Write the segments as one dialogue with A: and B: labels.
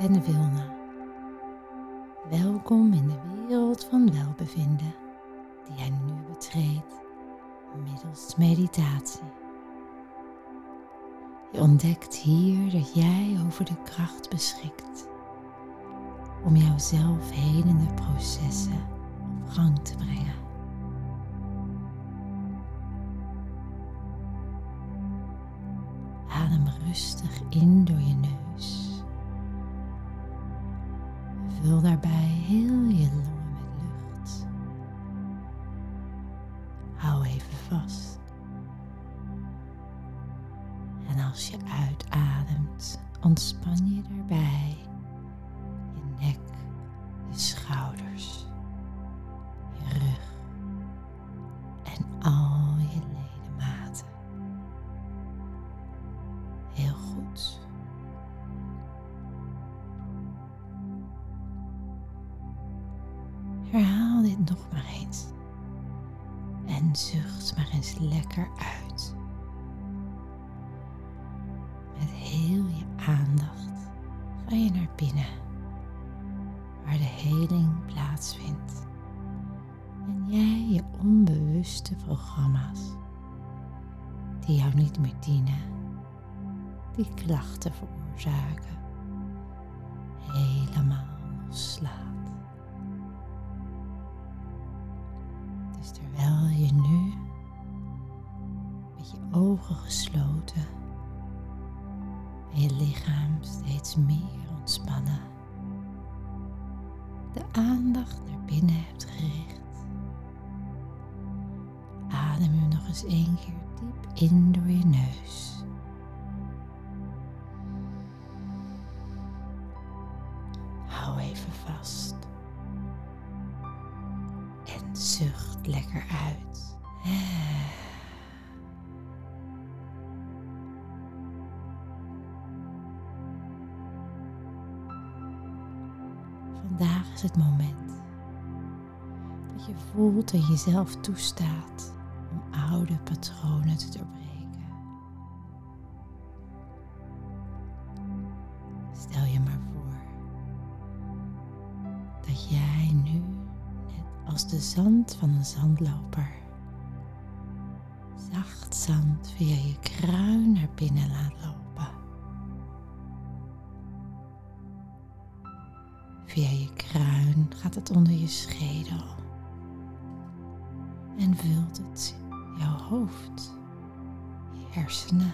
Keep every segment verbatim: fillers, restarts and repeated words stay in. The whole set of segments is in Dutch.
A: ben Wilna. Welkom in de wereld van welbevinden die jij nu betreedt middels meditatie. Je ontdekt hier dat jij over de kracht beschikt om jouw zelfhelende processen op gang te brengen. Adem rustig in door je neus. Vul daarbij heel je longen met lucht. Hou even vast. En als je uitademt, ontspan je daarbij je nek, je schouders, je rug en al je ledematen. Heel goed. Herhaal dit nog maar eens. En zucht maar eens lekker uit. Met heel je aandacht ga je naar binnen, waar de heling plaatsvindt. En jij je onbewuste programma's, die jou niet meer dienen, die klachten veroorzaken, helemaal loslaat. Dus terwijl je nu met je ogen gesloten en je lichaam steeds meer ontspannen, de aandacht naar binnen hebt gericht, adem je nog eens één keer diep in door je neus. Hou even vast. En zucht lekker uit. Vandaag is het moment dat je voelt en jezelf toestaat om oude patronen te doorbreken. Stel je maar voor dat jij nu, net als de zand van een zandloper, zacht zand via je kruin naar binnen laat lopen. Via je kruin gaat het onder je schedel en vult het jouw hoofd, je hersenen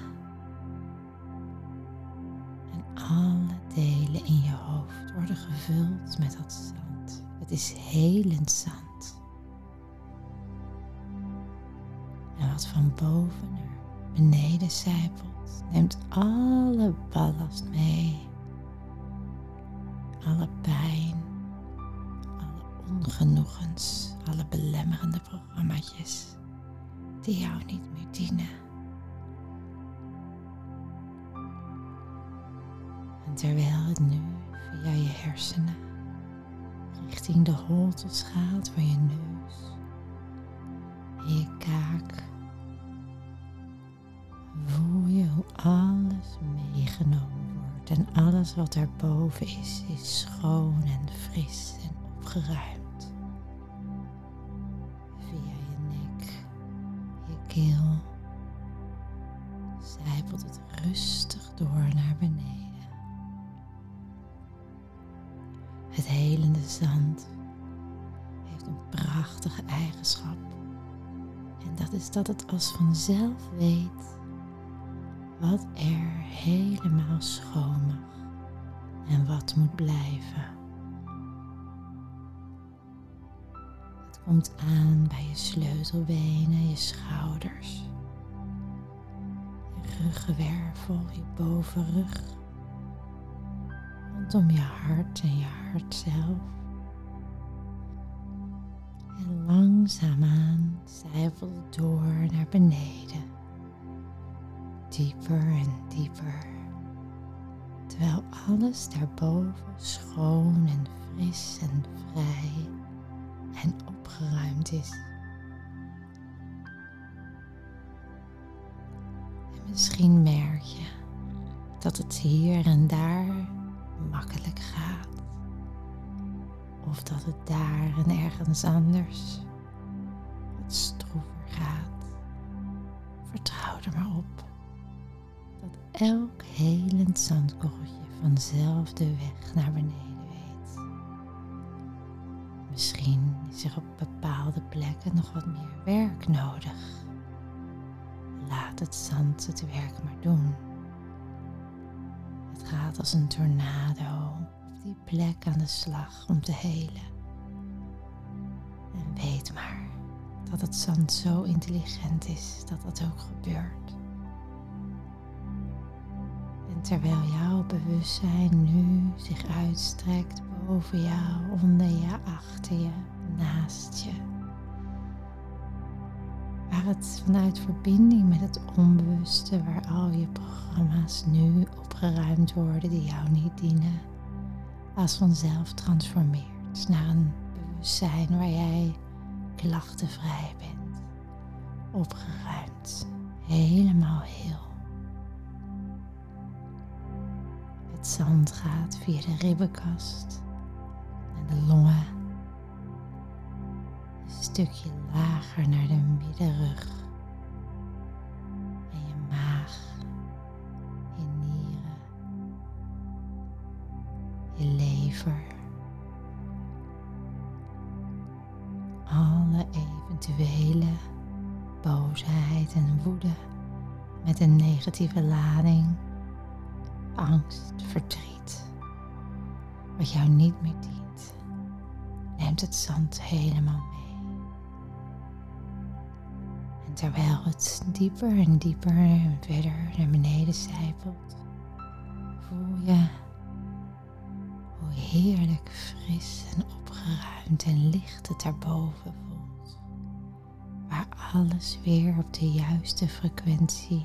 A: en alle delen in je hoofd worden gevuld met dat zand. Het is helend zand. En wat van boven naar beneden zijpelt, neemt alle ballast mee. Alle pijn, alle ongenoegens, alle belemmerende programmaatjes die jou niet meer dienen. En terwijl het nu via je hersenen richting de holtes gaat van je neus en je kaak, voel je hoe alles meegenomen wordt. En alles wat daarboven is, is schoon en fris en opgeruimd. Via je nek, je keel, zijpelt het rustig door naar beneden. Het helende zand heeft een prachtige eigenschap. En dat is dat het als vanzelf weet wat er helemaal schoon mag en wat moet blijven. Het komt aan bij je sleutelbenen, je schouders, je ruggenwervel, je bovenrug, rondom je hart en je hart zelf. En langzaamaan zijpelt het door naar beneden. Dieper en dieper, terwijl alles daarboven schoon en fris en vrij en opgeruimd is. En misschien merk je dat het hier en daar makkelijk gaat. Of dat het daar en ergens anders wat stroever gaat. Vertrouw er maar op dat elk helend zandkorreltje vanzelf de weg naar beneden weet. Misschien is er op bepaalde plekken nog wat meer werk nodig. Laat het zand het werk maar doen. Het gaat als een tornado op die plek aan de slag om te helen. En weet maar dat het zand zo intelligent is dat dat ook gebeurt. En terwijl jouw bewustzijn nu zich uitstrekt boven jou, onder je, achter je, naast je. Waar het vanuit verbinding met het onbewuste, waar al je programma's nu opgeruimd worden die jou niet dienen, als vanzelf transformeert naar een bewustzijn waar jij klachtenvrij bent, opgeruimd, helemaal heel. Het zand gaat via de ribbenkast en de longen, een stukje lager naar de middenrug en je maag, je nieren, je lever, alle eventuele boosheid en woede met een negatieve lading, angst, verdriet, wat jou niet meer dient, neemt het zand helemaal mee. En terwijl het dieper en dieper en verder naar beneden zijpelt, voel je hoe heerlijk fris en opgeruimd en licht het daarboven voelt. Waar alles weer op de juiste frequentie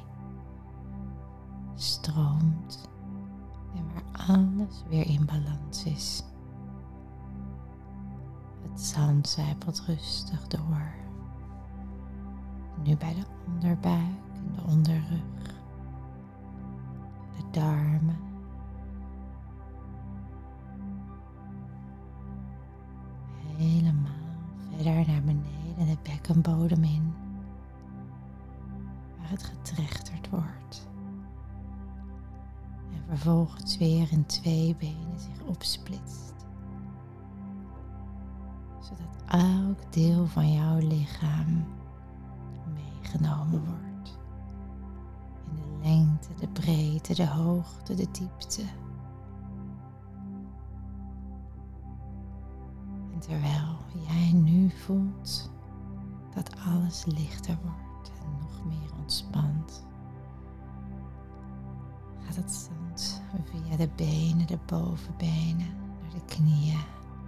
A: stroomt en waar alles weer in balans is. Het zand zijpelt rustig door. Nu bij de onderbuik en de onderrug, de darmen, helemaal verder naar beneden de bekkenbodem in, waar het getrechterd wordt. En vervolgens weer in twee benen zich opsplitst, zodat elk deel van jouw lichaam meegenomen wordt. In de lengte, de breedte, de hoogte, de diepte. En terwijl jij nu voelt dat alles lichter wordt en nog meer ontspant, gaat het zand via de benen, de bovenbenen, naar de knieën.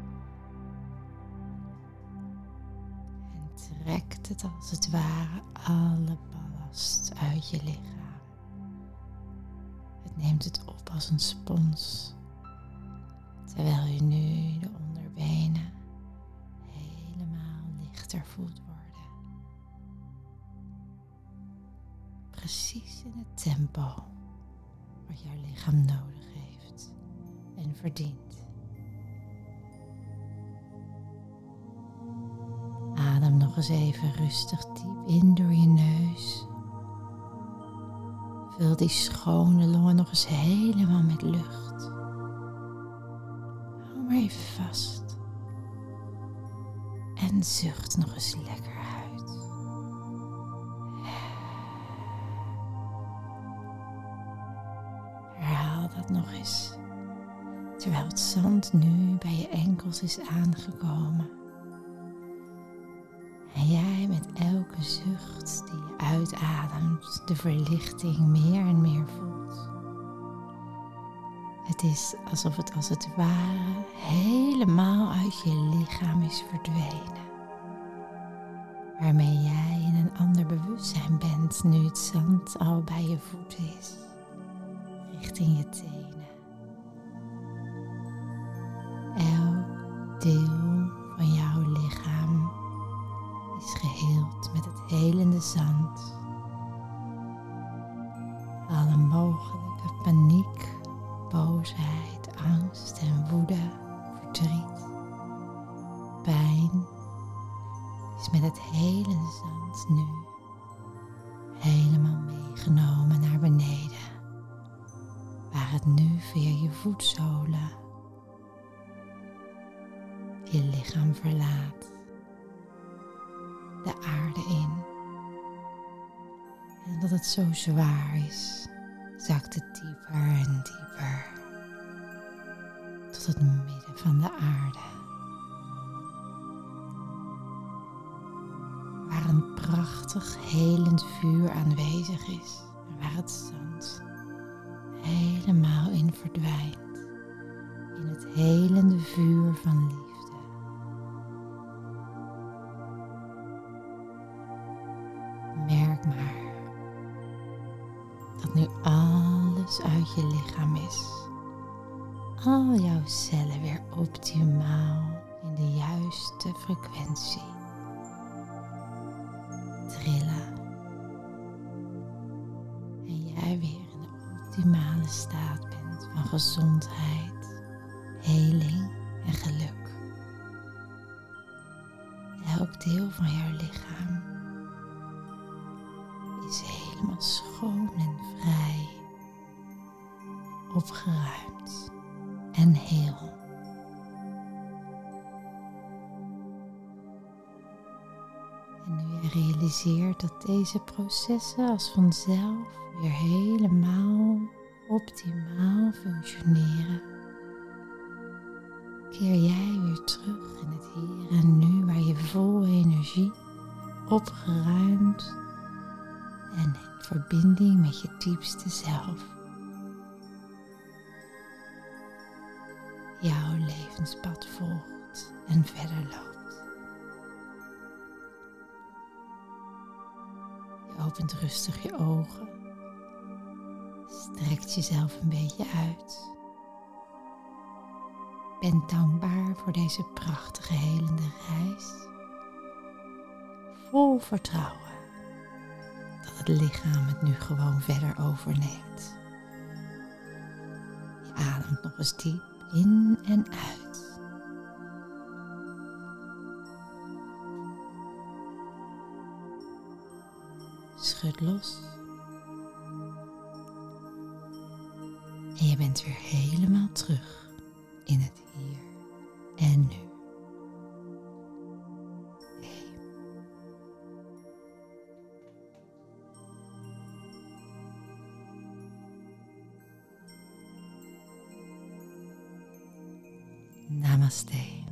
A: Trekt het als het ware alle ballast uit je lichaam. Het neemt het op als een spons, terwijl je nu de onderbenen helemaal lichter voelt worden. Precies in het tempo wat jouw lichaam nodig heeft en verdient. Adem nog eens even rustig diep in door je neus. Vul die schone longen nog eens helemaal met lucht. Hou maar even vast. En zucht nog eens lekker uit. Herhaal dat nog eens. Terwijl het zand nu bij je enkels is aangekomen. En jij met elke zucht die je uitademt de verlichting meer en meer voelt. Het is alsof het als het ware helemaal uit je lichaam is verdwenen. Waarmee jij in een ander bewustzijn bent nu het zand al bij je voeten is. Richting je tenen. Elk deel van jouw lichaam is geheeld met het helende zand. Alle mogelijke paniek, boosheid, angst en woede, verdriet, pijn is met het helende zand nu helemaal meegenomen naar beneden, waar het nu via je voetzolen je lichaam verlaat, de aarde in. En omdat het zo zwaar is, zakt het dieper en dieper tot het midden van de aarde, waar een prachtig helend vuur aanwezig is en waar het zand helemaal in verdwijnt, in het helende vuur van liefde. Merk maar dat nu alles uit je lichaam is. Al jouw cellen weer optimaal in de juiste frequentie trillen. En jij weer in de optimale staat bent van gezondheid, heling en geluk. Elk deel van jouw lichaam is helemaal schoon en vrij, opgeruimd en heel. En nu je realiseert dat deze processen als vanzelf weer helemaal optimaal functioneren, keer jij weer terug in het hier en nu, waar je vol energie, opgeruimd en in verbinding met je diepste zelf jouw levenspad volgt en verder loopt. Je opent rustig je ogen, strekt jezelf een beetje uit. Ben dankbaar voor deze prachtige helende reis, vol vertrouwen dat het lichaam het nu gewoon verder overneemt. Je ademt nog eens diep in en uit. Schud los. En je bent weer helemaal terug in het hier en nu. Namaste.